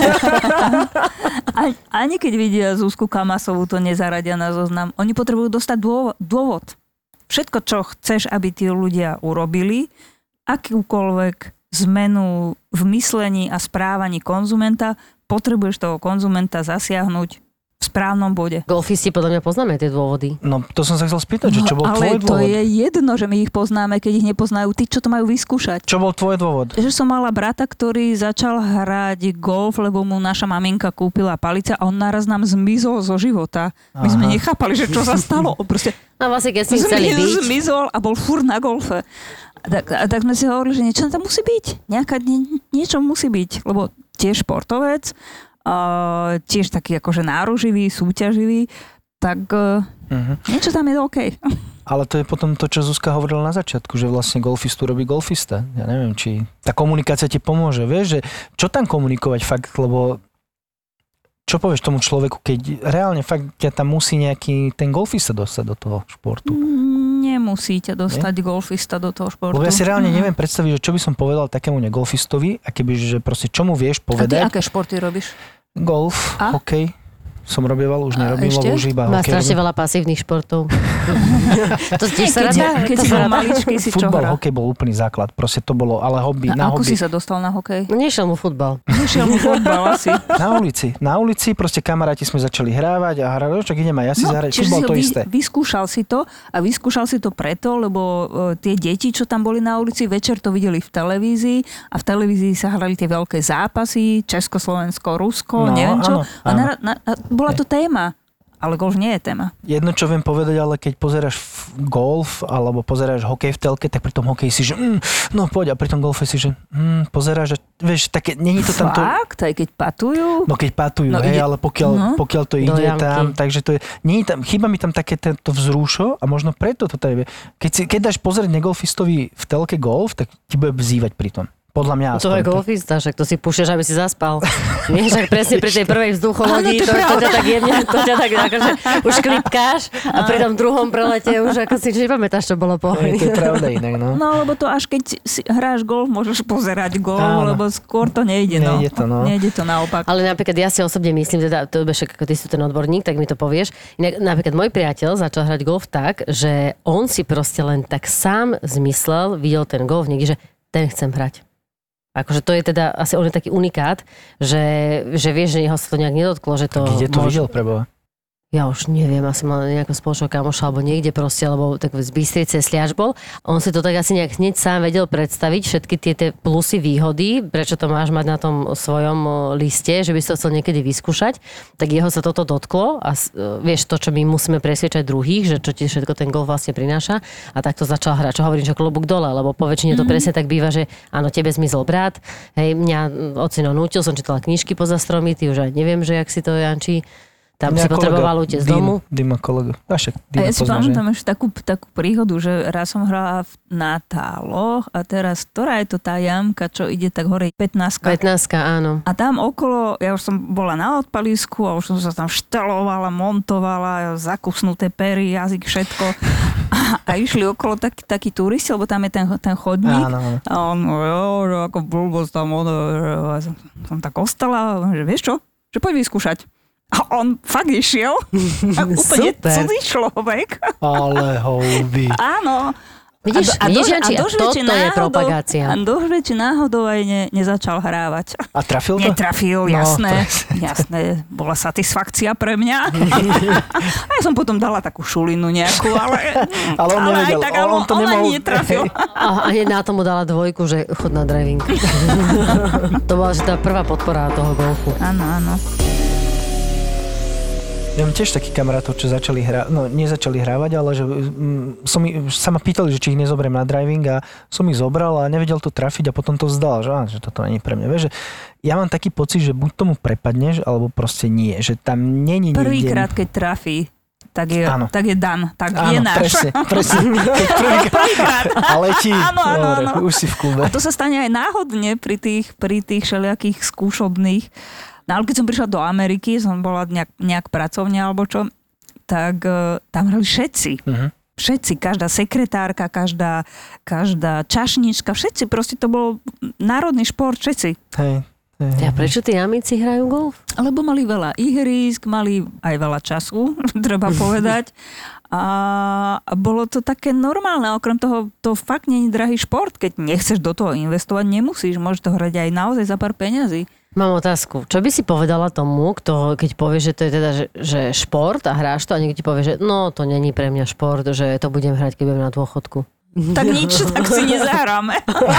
S6: Ani keď vidia Zuzku Kamasovú, to nezaradia na zoznam. Oni potrebujú dostať dôvod. Všetko, čo chceš, aby tí ľudia urobili, akúkoľvek zmenu v myslení a správaní konzumenta, potrebuješ toho konzumenta zasiahnuť v správnom bode.
S4: Golfisti podľa mňa poznáme tie dôvody.
S5: No, to som sa chcel spýtať, že čo bol tvoj
S6: Ale to
S5: dôvod?
S6: je jedno, že my ich poznáme, keď ich nepoznajú tí, čo to majú vyskúšať.
S5: Čo bol tvoj dôvod?
S6: Že som mala brata, ktorý začal hrať golf, lebo mu naša maminka kúpila palice a on naraz nám zmizol zo života. My sme nechápali, že čo sa stalo. Proste
S4: A vlastne, keď si chceli byť,
S6: zmizol a bol furt na golfe. A tak sme si hovorili, že niečo tam musí byť. Niečo musí byť, lebo tiež športovec, tiež taký akože náruživý, súťaživý, tak niečo tam je OK.
S5: Ale to je potom to, čo Zuzka hovorila na začiatku, že vlastne golfistu robí golfista. Ja neviem, či tá komunikácia ti pomôže. Vieš, že čo tam komunikovať fakt, lebo čo povieš tomu človeku, keď reálne fakt ťa tam musí nejaký ten golfista dostať do toho športu?
S6: Nemusí ťa dostať golfista do toho športu.
S5: Lebo ja si reálne neviem predstaviť, že čo by som povedal takému negolfistovi, a keby, že proste čo mu vieš
S6: A ty
S5: povedať.
S6: aké športy robíš?
S5: Golf,
S6: A?
S5: hokej. Som robieval, už nerobím,
S6: ešte?
S5: lebo už iba
S4: má
S5: hokej
S4: strašne
S5: robím.
S4: veľa pasívnych športov. To tiež sa
S6: Keď,
S4: rada?
S6: keď si bol maličký, si čo
S5: Futbal,
S6: hral?
S5: hokej bol úplný základ. Proste to bolo, ale hobby, na
S6: Ako
S5: hobby.
S6: si sa dostal na hokej?
S4: No, nešiel mu futbal.
S6: Nešiel mu fotbal asi.
S5: Na ulici, proste kamaráti sme začali hrávať a hrali, čak idem aj ja si zahrať.
S6: čiže
S5: Futbal
S6: si
S5: to isté.
S6: vyskúšal si to a vyskúšal si to preto, lebo tie deti, čo tam boli na ulici, večer to videli v televízii a v televízii sa hrali tie veľké zápasy, Československo, Rusko,
S5: No,
S6: neviem čo.
S5: áno,
S6: A bola to téma. Ale golf nie je téma.
S5: Jedno, čo viem povedať, ale keď pozeráš golf alebo pozeráš hokej v telke, tak pri tom hokeji si, že no poď, a pri tom golfe si, že pozeráš, že vieš, také, není to tam to...
S6: Fakt? Aj keď patujú?
S5: No keď patujú,
S6: No
S5: hej,
S6: ide-
S5: ale pokiaľ to
S4: Do
S5: ide
S4: jamky.
S5: tam, takže to je, nie je tam, chýba mi tam také to vzrušo a možno preto to tady je. Keď dáš pozrieť negolfistovi v telke golf, tak ti bude vzývať pri tom. Podľa mňa
S4: To je
S5: aspoň.
S4: golfista, však to si púšťaš, aby si zaspal. Nie, však presne pri tej prvej vzducholodí,
S6: Áno, to je
S4: to ťa tak jemne, to ťa tak akože už klipkáš a pri tom druhom prelete už ako si nepamätáš, čo bolo po
S5: To je pravda inak, no.
S6: No, lebo to až keď si hráš golf, môžeš pozerať golf,
S5: Áno.
S6: lebo skôr to nejde.
S5: Nejde to, no.
S6: Nejde to naopak.
S4: Ale napríklad ja si osobne myslím, teda to však ako ty si ten odborník, tak mi to povieš. Inak, napríklad môj priateľ začal hrať golf tak, že on si proste len tak sám zmyslel, videl ten golf niekde, že ten chcem hrať. Akože to je teda, asi on je taký unikát, že vieš, že jeho sa to nejak nedotklo, že to...
S5: Kde to videl preboha?
S4: Ja už neviem, asi mal nejakého spoločného kamoša, alebo niekde proste, alebo tak z Bystrice Sliač bol. On si to tak asi nejak hneď sám vedel predstaviť, všetky tie plusy, výhody, prečo to máš mať na tom svojom liste, že by si to chcel niekedy vyskúšať, tak jeho sa toto dotklo a vieš to, čo my musíme presviečať druhých, že čo ti všetko ten golf vlastne prináša a tak to začal hrať. Čo hovorím, že klobúk dole, lebo po väčšine to presne tak býva, že áno, tebe zmizol brat, hej, mňa ocino nútil, som čítala knižky poza stromy, ty už aj neviem, že jak si to Janči. Tam si potreboval utiecť z domu.
S5: Dima kolega.
S6: A ja si pamätám ešte takú príhodu, že raz som hrala na táloch a teraz, ktorá je to tá jamka, čo ide tak hore, 15.
S4: 15, áno.
S6: A tam okolo, ja už som bola na odpalisku a už som sa tam štelovala, montovala, zakusnuté pery, jazyk, všetko. A išli okolo takí turisti, lebo tam je ten chodník.
S5: Áno, áno.
S6: A on, že ako blbosť tam, som tak ostala, že vieš čo, že poď vyskúšať. A on fakt išiel. A úplne
S4: Super.
S6: cudzí človek.
S5: Ale houby.
S6: Áno.
S4: Vidíš, Janči, a toto je propagácia.
S6: A dožve, či náhodou aj nezačal hrávať.
S5: A trafil to?
S6: Netrafil,
S5: No,
S6: jasné.
S5: presne.
S6: Jasné, bola satisfakcia pre mňa. A ja som potom dala takú šulinu nejakú, ale
S5: Ale on nevedel,
S6: aj tak,
S5: on to
S6: on
S5: nemohol.
S6: ani netrafil.
S4: A hneď na tomu dala dvojku, že chod na driving. To bola že tá prvá podpora toho golfu.
S6: Áno, áno.
S5: Ja mám tiež takých kamarátov, čo začali hrávať, no nezačali hrávať, ale že sa ma pýtali, že či ich nezoberiem na driving a som ich zobral a nevedel to trafiť a potom to vzdal, že toto nie je pre mňa. Vieš, že ja mám taký pocit, že buď tomu prepadneš, alebo proste nie, že tam není nikde.
S6: Prvýkrát, keď trafí, tak je dan, tak je
S5: Áno,
S6: náš.
S5: presne. Keď prvýkrát a letí,
S6: Áno,
S5: dobre,
S6: áno.
S5: už si v klube.
S6: A to sa stane aj náhodne pri tých všelijakých skúšobných. No ale keď som prišla do Ameriky, som bola nejak pracovne alebo čo, tak tam hrali všetci.
S5: Uh-huh.
S6: Všetci, každá sekretárka, každá čašnička, všetci, proste to bol národný šport, všetci.
S5: Hej.
S4: A prečo tí amici hrajú golf?
S6: Lebo mali veľa ihrísk, mali aj veľa času, treba povedať. A bolo to také normálne, okrem toho, to fakt nie je drahý šport. Keď nechceš do toho investovať, nemusíš, môžeš to hrať aj naozaj za pár peňazí.
S4: Mám otázku. Čo by si povedala tomu, kto, keď povie, že to je teda že šport a hráš to a niekto ti povie, že no to není pre mňa šport, že to budem hrať, keď budem na dôchodku.
S6: Tak nič, tak si nezahráme.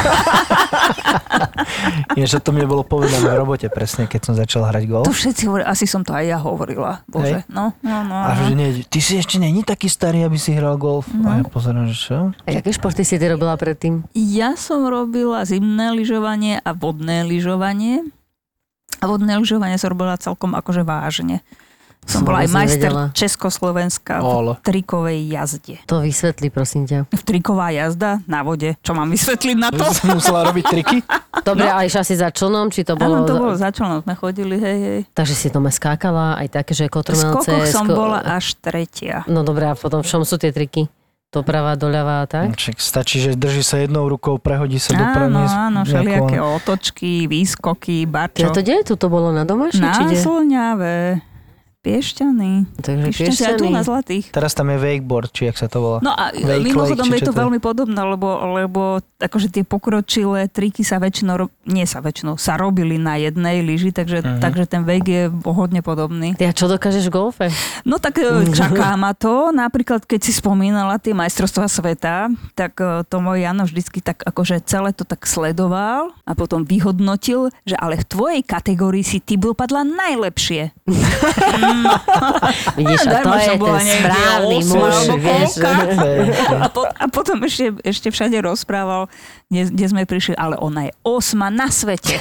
S5: Je, že to mne bolo povedané v robote presne, keď som začal hrať golf.
S6: To všetci hovorili, asi som to aj ja hovorila. Bože, no.
S5: A že nie, ty si ešte není taký starý, aby si hral golf. No. A ja pozerám, že čo?
S4: A jaké športy si ty robila predtým?
S6: Ja som robila zimné lyžovanie a vodné lyžovanie. A vodné lyžovanie som robila celkom akože vážne. Som bola aj majster Československa v trikovej jazde.
S4: To vysvetli, prosím ťa.
S6: Triková jazda na vode. Čo mám vysvetliť na to?
S5: Musela robiť triky?
S4: Dobre, a išla si za člnom, či to bolo...
S6: Áno, to bolo za člnom, sme chodili, hej.
S4: Takže si to skákala, aj také, že kotrmelce...
S6: V skokoch som bola až 3.
S4: No dobré, a potom v čom sú tie triky? Doprava, doľava a tak?
S5: Stačí, že drží sa jednou rukou, prehodí sa doprava.
S6: Áno, všelijaké otočky, výskoky, barčo.
S4: Ja to kde? Tu to bolo na Domaši?
S6: Na Slňave. Piešťany.
S4: Takže
S6: Piešťany. Tu na Zlatých.
S5: Teraz tam je wakeboard, či jak sa to volá.
S6: No a mimochodom je to veľmi podobné, lebo akože tie pokročilé triky sa sa robili na jednej lyži, takže ten wake je hodne podobný.
S4: Ty a čo dokážeš v golfe?
S6: No tak čaká ma to. Napríklad, keď si spomínala tie majstrovstvá sveta, tak to môj Jano vždycky tak akože celé to tak sledoval a potom vyhodnotil, že ale v tvojej kategórii si ty dopadla najlepšie.
S4: Vidíš, a to je ten správny muž, vieš.
S6: A potom ešte všade rozprával, kde sme prišli, ale ona je 8 na svete.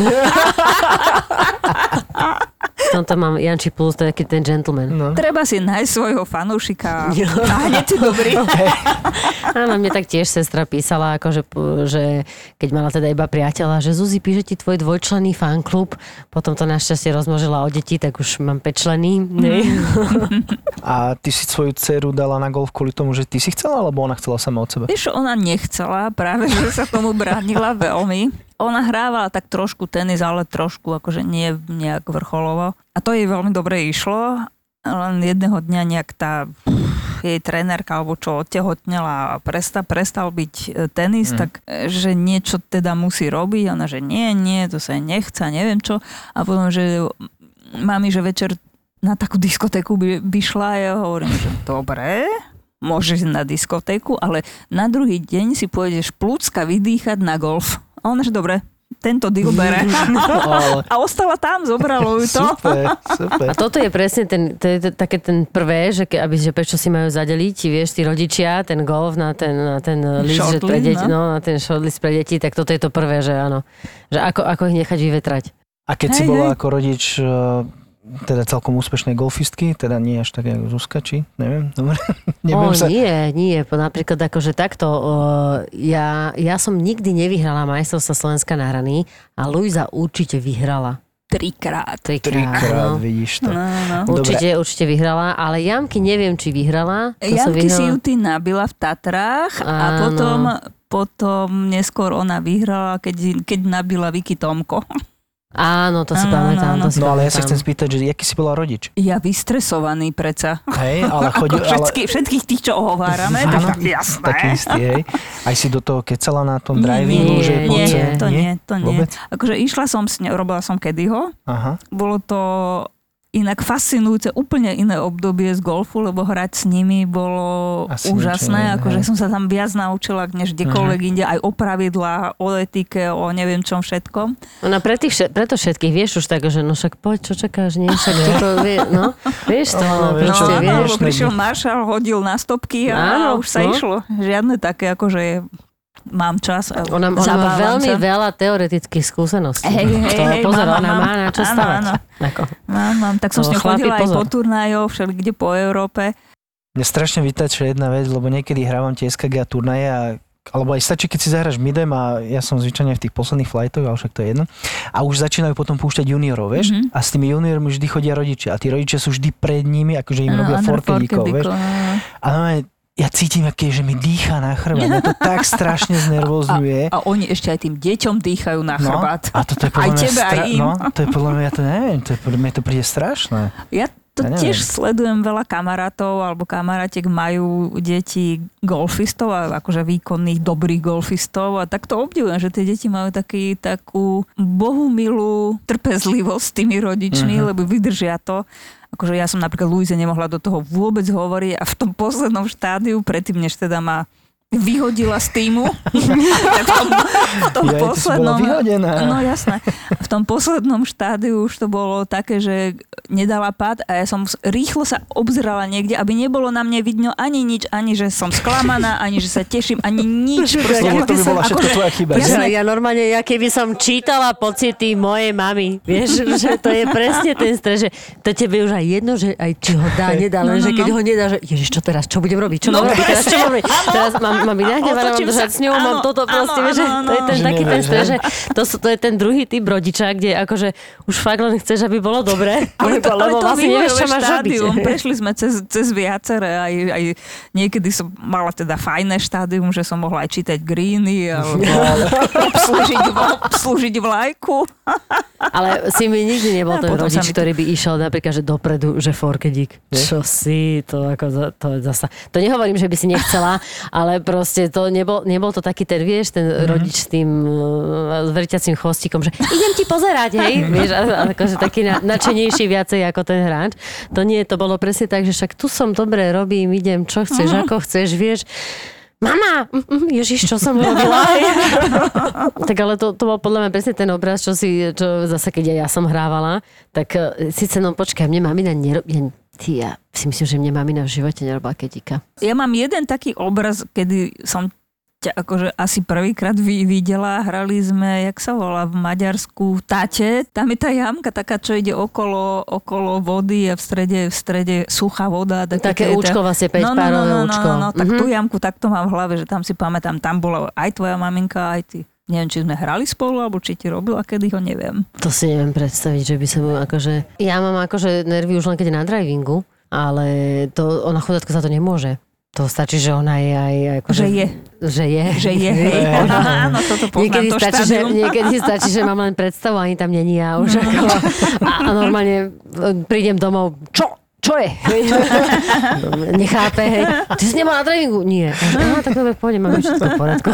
S4: Tomto mám Janči Plus, to je taký ten gentleman.
S6: No. Treba si nájsť svojho fanúšika a hneď si dobrý.
S4: Áno, mne tak tiež sestra písala, akože, že keď mala teda iba priateľa, že Zuzi, píše ti tvoj dvojčlenný fanklub, potom to našťastie rozmnožila o deti, tak už mám 5 členy.
S5: A ty si svoju dceru dala na golf kvôli tomu, že ty si chcela, alebo ona chcela sama od seba?
S6: Vieš, ona nechcela, práve že sa tomu bránila veľmi. Ona hrávala tak trošku tenis, ale trošku akože nie nejak vrcholovo. A to jej veľmi dobre išlo. Len jedného dňa nejak tá jej trénerka alebo čo odtehotnela a prestal byť tenis, tak že niečo teda musí robiť. Ona, že nie, to sa jej nechce, neviem čo. A potom, že mami, že večer na takú diskotéku by šla a ja hovorím, že dobre, môžeš na diskotéku, ale na druhý deň si pôjdeš plúcka vydýchať na golf. A ona, že dobre, tento deal bere. A ostala tam, zobralo ju to.
S5: Super.
S4: A toto je presne také ten prvé, že prečo si majú zadeliť, vieš, tí rodičia, ten golf na ten list pre deti, na ten shortlist pre deti, tak toto je to prvé, že áno. Že ako ich nechať vyvetrať.
S5: A keď si bola ako rodič teda celkom úspešnej golfistky, teda nie až tak ako Zuzka, či? Neviem, dobre.
S4: Nie. Napríklad akože takto, ja som nikdy nevyhrala majstrovstvá Slovenska na hraní a Luisa určite vyhrala.
S6: Trikrát,
S5: no. Vidíš to.
S6: No.
S4: Určite vyhrala, ale Jamky neviem, či vyhrala.
S6: Jamky si ju ty nabila v Tatrách a potom neskôr ona vyhrala, keď nabila Vicky Tomko.
S4: Áno, to si pamätám.
S5: Ale ja sa chcem spýtať, že aký si bola rodič?
S6: Ja vystresovaný preca.
S5: Hej, ale chodil...
S6: Všetkých tých, čo ohovárame, tak jasné.
S5: Taký istý, hej. Aj si do toho kecala na tom drivingu?
S6: Nie. Akože išla som s ňou, robila som Caddyho. Aha. Bolo to inak fascinujúce, úplne iné obdobie z golfu, lebo hrať s nimi bolo asi úžasné. Akože som sa tam viac naučila, než kdekoľvek inde, aj o pravidlách, o etike, o neviem čom všetkom.
S4: No preto všetkých vieš už tak, že no však poď, čo čakáš, nie? Však to vieš to.
S6: Lebo prišiel maršal, hodil na stopky a už sa išlo. Žiadne také, akože mám čas.
S4: Ona má veľmi veľa teoretických skúseností. Pozor, ona má na čo stavať.
S6: Mám. Tak som s ňou chodila aj po turnajoch, všelikde po Európe.
S5: Mňa strašne vytačuje jedna vec, lebo niekedy hrávam tie SKG a turnaje alebo aj stačí, keď si zahráš midem a ja som zvyčajne v tých posledných flightoch, ale však to je jedno. A už začínajú potom púšťať juniorov, vieš? A s tými juniormi vždy chodia rodičia. A tí rodičia sú vždy pred nimi, akože im robia forkedíkov, vieš? A ja cítim, že mi dýchá na chrbát. Mňa to tak strašne znervozňuje.
S6: A oni ešte aj tým deťom dýchajú na chrbát.
S5: A toto je podľa mňa to je podľa mňa, to neviem, podľa mňa to príde strašné.
S6: Ja
S5: Ja neviem.
S6: tiež sledujem veľa kamarátov alebo kamarátiek majú deti golfistov a akože výkonných, dobrých golfistov a tak to obdivujem, že tie deti majú takú bohumilú trpezlivosť s tými rodičmi, lebo vydržia to. Akože ja som napríklad Luise nemohla do toho vôbec hovoriť a v tom poslednom štádiu, predtým než teda ma vyhodila z týmu. v tom poslednom, no jasné. V tom poslednom štádiu už to bolo také, že nedala pád a ja som rýchlo sa obzerala niekde, aby nebolo na mne vidno ani nič, ani že som sklamaná, ani že sa teším, ani nič.
S5: Lebo to by bola všetko tvoja chyba.
S4: Ja normálne, keby som čítala pocity mojej mamy, vieš, že to je presne ten stres, že to tebe už aj jedno, že aj či ho dá, nedá, len že keď ho nedá, že ježiš, čo teraz, čo budem robiť, teraz mám byť nahnevaná, mám držať s ňou, mám toto proste, vieš, to je ten taký ten stres, že to je ten druhý typ rodiča, kde akože už fakt len chceš, aby bolo dobre, lebo vlastne nevieš, čo máš robiť.
S6: Prešli sme cez viaceré, aj niekedy som mala teda fajné štádium, že som mohla aj čítať greeny, alebo obslúžiť vlajku.
S4: Ale si mi nikdy nebol ten rodič, ktorý by išiel napríklad, že dopredu, že forkedík. Čo si, to ako to zasa. To nehovorím, že by si nechcela, ale proste to nebol to taký ten, vieš, ten rodič s tým vrťacím chvostíkom, že idem ti pozerať, hej, vieš, akože taký nadšenejší viacej ako ten hráč. To nie, to bolo presne tak, že však tu som dobre, robím, idem, čo chceš, ako chceš, vieš. Mama, Ježiš, čo som robila? Tak ale to bol podľa mňa presne ten obraz, čo zase keď ja som hrávala, tak síce no počkaj, mne mamina nerobí. Ja si myslím, že mne mamina v živote nerobila ketika.
S6: Ja mám jeden taký obraz, kedy som ťa akože asi prvýkrát videla, hrali sme, jak sa volá, v Maďarsku, Tate. Tam je tá jamka taká, čo ide okolo vody a v strede suchá voda.
S4: Také účko vlastne, 5-párové účko.
S6: No, tak tú jamku takto mám v hlave, že tam si pamätám, tam bola aj tvoja maminka, aj ty. Neviem, či sme hrali spolu, alebo či ti robila, kedy ho neviem.
S4: To si neviem predstaviť, že by som akože... Ja mám akože nervy už len keď je na drivingu, ale ona chudátka za to nemôže. To stačí, že ona je aj... Akože, Že je, hej.
S6: Áno, toto poznám,
S4: niekedy stačí, že mám len predstavu, ani tam není ja už. A normálne prídem domov, čo je? Nechápe, hej. Ty si nemal na tréningu? Nie. Tak dobre, pôjdem, máme všetko v poriadku.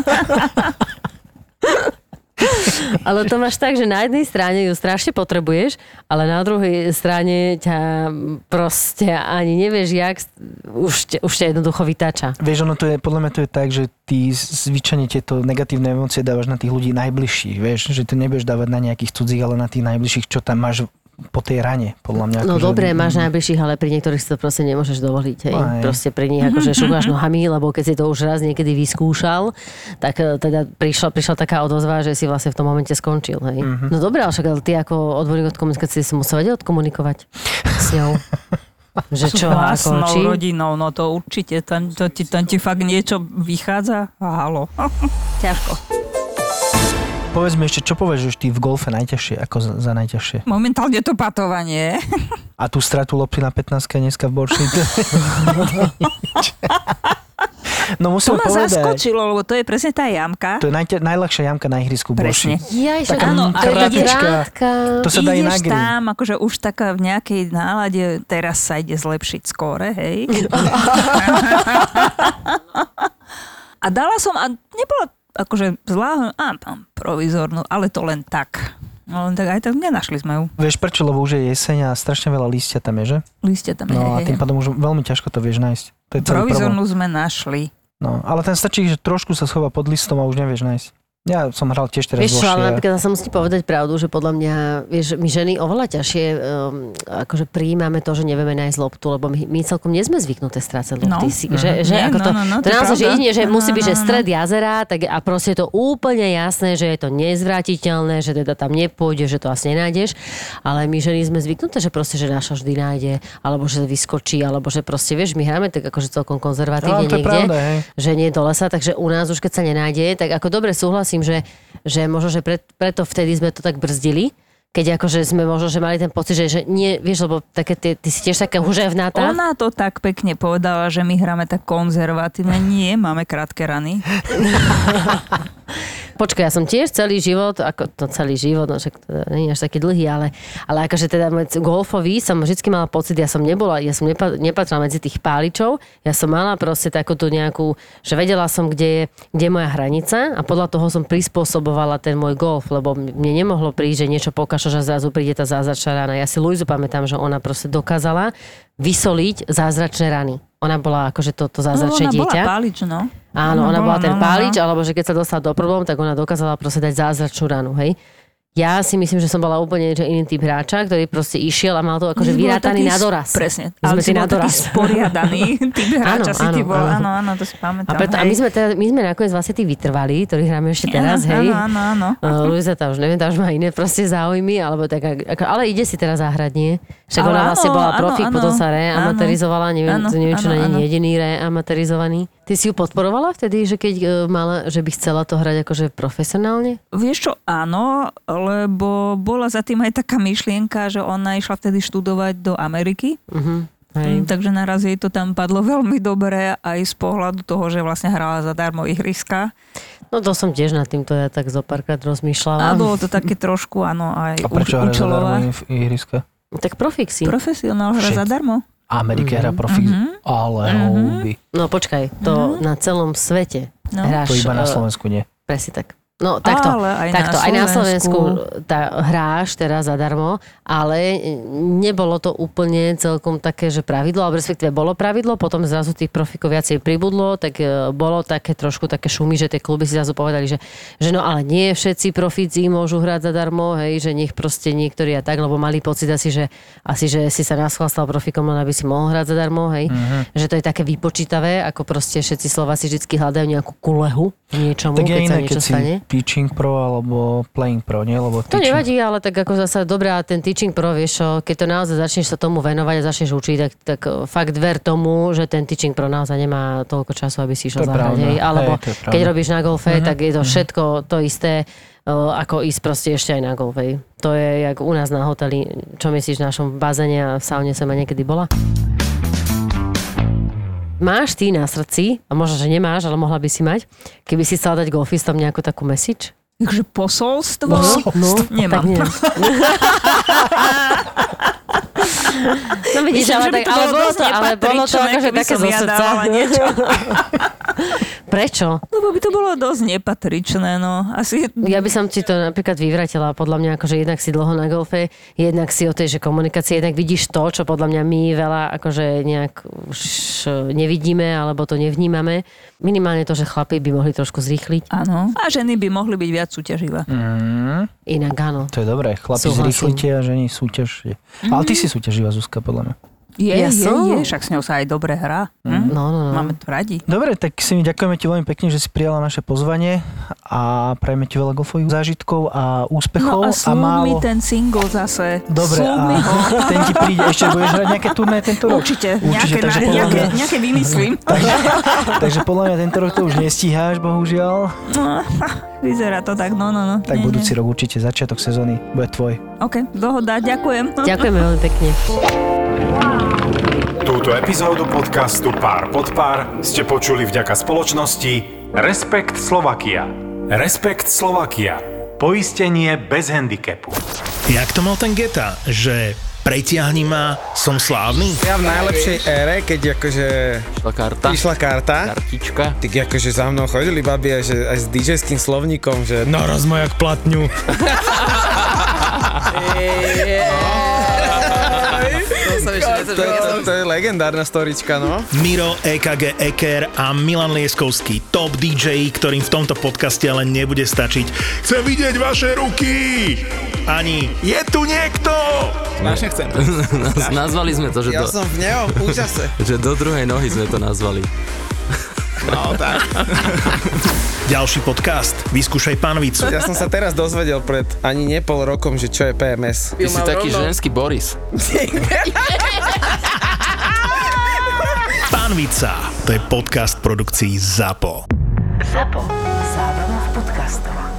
S4: Ale to máš tak, že na jednej strane ju strašne potrebuješ, ale na druhej strane ťa proste ani nevieš, jak už ťa jednoducho vytáča.
S5: Vieš, ono to je, podľa mňa to je tak, že ty zvyčajne tieto negatívne emócie dávaš na tých ľudí najbližších, vieš, že ty nebudeš dávať na nejakých cudzích, ale na tých najbližších, čo tam máš po tej rane, podľa mňa.
S4: No dobre, máš najbližších, ale pri niektorých si to proste nemôžeš dovoliť. Hej. Proste pri nich akože šúchaš nohami, lebo keď si to už raz niekedy vyskúšal, tak teda prišla taká odozva, že si vlastne v tom momente skončil. Hej. No dobre, ale však ty ako odborník od komunikácie si musel vedieť odkomunikovať s ňou. Že čo,
S6: vlastnou
S4: ako, či?
S6: rodinou, no to určite. Tam ti fakt niečo vychádza a halo. Ťažko.
S5: Povedz mi ešte, čo považuješ ty v golfe najťažšie, ako za najťažšie?
S6: Momentálne to patovanie.
S5: A tú stratu lopty na 15 dneska v Borši? No musím
S6: povedať. To ma
S5: povedať.
S6: zaskočilo, lebo to je presne tá jamka.
S5: To je najľahšia jamka na ihrisku v Borši.
S6: Presne. Áno, a
S5: to sa dá
S6: ideš tam, akože už taká v nejakej nálade, teraz sa ide zlepšiť skóre, hej. A dala som, a nebola akože zlá, provizornú, ale to len tak. No len tak aj tak nenašli sme ju.
S5: Vieš prečo, lebo už je jeseň a strašne veľa lístia tam je, že?
S6: Lístia tam je.
S5: No a tým pádom už veľmi ťažko to vieš nájsť. To je
S6: provizornú sme našli.
S5: No, ale ten stačí, že trošku sa schová pod listom a už nevieš nájsť. Ja som hral tiež teraz
S4: vieš čo, ale napríklad sa musí povedať pravdu, že podľa mňa, vieš, my ženy oveľa ťažšie akože prijímame to, že nevieme nájsť loptu, lebo my celkom nie sme zvyknuté strácať lopty. To je naozaj, že jedine, že musí byť, že stred jazera, tak a proste je to úplne jasné, že je to nezvratiteľné, že teda tam nepôjde, že to asi nenájdeš, ale my ženy sme zvyknuté, že proste, že naša vždy nájde, alebo že vyskočí, alebo že proste, vieš, my hráme tak akože celkom konzervatívne niekde, pravda, že nie do lesa, takže u nás už keď sa nenájde, tak ako dobre súhlasím, že možno, že preto vtedy sme to tak brzdili, keď akože sme možno, že mali ten pocit, že nie, vieš, lebo také, ty si tiež taká huževnatá.
S6: Ona to tak pekne povedala, že my hráme tak konzervatívne. Nie, máme krátke rany.
S4: Počkaj, ja som tiež celý život, no však to nie je až taký dlhý, ale akože teda golfový som vždycky mala pocit, ja som nepatrala medzi tých páličov, ja som mala proste takúto nejakú, že vedela som, kde je moja hranica a podľa toho som prispôsobovala ten môj golf, lebo mne nemohlo prísť, že niečo pokašaš a zrazu príde tá zázračná rana. Ja si Luizu pamätám, že ona proste dokázala vysoliť zázračné rany. Ona bola akože to zázračné dieťa.
S6: Ona bola pálič, no.
S4: Áno, ona bola ten pálič, alebo že keď sa dostala do problémov, tak ona dokázala proste dať zázračnú ranu, hej. Ja si myslím, že som bola úplne iný typ hráča, ktorý proste išiel a mal to akože vyrátaný na doraz.
S6: Presne, ale si bol taký sporiadaný typ hráča, si ty bol, áno, to si pamätám.
S4: A my sme nakoniec vlastne tí vytrvalí, ktorí hráme ešte teraz, hej.
S6: Áno.
S4: Luisa tá už neviem, tá už má iné proste záujmy, alebo tak, ale ide si teraz zahrať, nie? Však ona vlastne bola profík, potom sa reamaterizovala, neviem, čo na nie jediný reamaterizovaný. Ty si ju podporovala vtedy, že keď mala, že by chcela to hrať akože profesionálne?
S6: Vieš čo, áno, lebo bola za tým aj taká myšlienka, že ona išla vtedy študovať do Ameriky. Takže naraz jej to tam padlo veľmi dobre aj z pohľadu toho, že vlastne hrala zadarmo ihriska.
S4: No to som tiež nad týmto ja tak zo párkrát rozmýšľala.
S6: A bolo to také trošku, áno, aj
S5: účelová. A prečo hra zadarmo ihriska?
S4: Tak profík si.
S6: Profesionál hra zadarmo.
S5: Amerike hra profík, ale houby.
S4: No počkaj, to na celom svete hráš.
S5: To iba na Slovensku nie.
S4: Presne tak. No takto, aj na Slovensku hráš teraz zadarmo, ale nebolo to úplne celkom také, že pravidlo, alebo respektíve bolo pravidlo, potom zrazu tých profíkov viacej pribudlo, tak bolo také trošku také šumy, že tie kluby si zrazu povedali, že no ale nie všetci profíci môžu hrať zadarmo, hej, že nech proste niektorí a tak, lebo mali pocit že si sa naschvál stal profíkom, len aby si mohol hrať zadarmo, hej, že to je také vypočítavé, ako proste všetci Slováci vždycky hľadajú nejakú kulehu niečomu, keď sa niečo stane.
S5: Teaching Pro alebo Playing Pro, nie? Lebo
S4: to nevadí, ale tak ako zasa dobrá, ten Teaching Pro, vieš, keď to naozaj začneš sa tomu venovať a začneš učiť, tak fakt ver tomu, že ten Teaching Pro naozaj nemá toľko času, aby si išiel zahrať, hej. Alebo keď robíš na golfe, tak je to všetko to isté, ako ísť proste ešte aj na golf, hej. To je jak u nás na hoteli, čo myslíš, v našom bazéne a v saune som niekedy bola? Máš ty na srdci, a možno, že nemáš, ale mohla by si mať, keby si chcela dať golfistom nejakú takú message?
S6: Takže posolstvo?
S4: No,
S6: nemám.
S4: Tak nie. No vidíš, ale bolo to akože také zo srdca. Prečo?
S6: Lebo by to bolo dosť nepatričné, no. Asi... Ja
S4: by som ti to napríklad vyvratila, podľa mňa, akože jednak si dlho na golfe, jednak si o tej, že komunikácii, jednak vidíš to, čo podľa mňa my veľa akože nejak už nevidíme, alebo to nevnímame. Minimálne to, že chlapi by mohli trošku zrýchliť.
S6: Áno. A ženy by mohli byť viac súťaživé.
S4: Inak áno.
S5: To je dobré. Chlapi zrýchlite a ženy súťažite. Ale ty si súťaživá, Zuzka, podľa mňa.
S6: Je, však s ňou sa aj dobre hrá.
S4: No.
S6: Máme to radi.
S5: Dobre, tak si mi ďakujeme ti veľmi pekne, že si prijala naše pozvanie a prajeme ti veľa golfových zážitkov a úspechov.
S6: No a slúb mi ten single zase.
S5: Dobre, a ten ti príde. Ešte budeš hrať nejaké turné tento rok?
S6: Určite nejaké vymyslím.
S5: Takže podľa mňa tento rok to už nestíháš, bohužiaľ.
S6: Vyzerá to tak, no.
S5: Tak budúci rok určite, začiatok sezóny bude tvoj.
S6: OK, dohoda, ďakujem.
S4: Ďakujeme veľmi pekne.
S3: Túto epizódu podcastu Pár pod pár ste počuli vďaka spoločnosti
S2: Respekt Slovakia.
S3: Respekt Slovakia.
S2: Poistenie bez handicapu.
S7: Jak to mal ten Geta, že pretiahni ma, som slávny?
S8: Ja v najlepšej ére, keď akože išla karta,
S9: kartička,
S8: tak akože za mnou chodili babi aj s DJ-ským slovníkom, že naraz ma jak platňu. To je legendárna storička, no.
S7: Miro, EKG Eker a Milan Lieskovský, top DJ, ktorým v tomto podcaste ale nebude stačiť. Chcem vidieť vaše ruky! Ani je tu niekto!
S8: Vážne chcem.
S9: Nazvali sme to, že
S8: ja som v neho, úžase.
S9: Že do druhej nohy sme to nazvali.
S8: No, tak.
S7: Ďalší podcast. Vyskúšaj panvicu.
S8: Ja som sa teraz dozvedel pred ani nepol rokom, že čo je PMS.
S9: Ty si taký ženský Boris.
S7: Panvica. To je podcast produkcií ZAPO.
S1: ZAPO. Zábrná v podcastovách.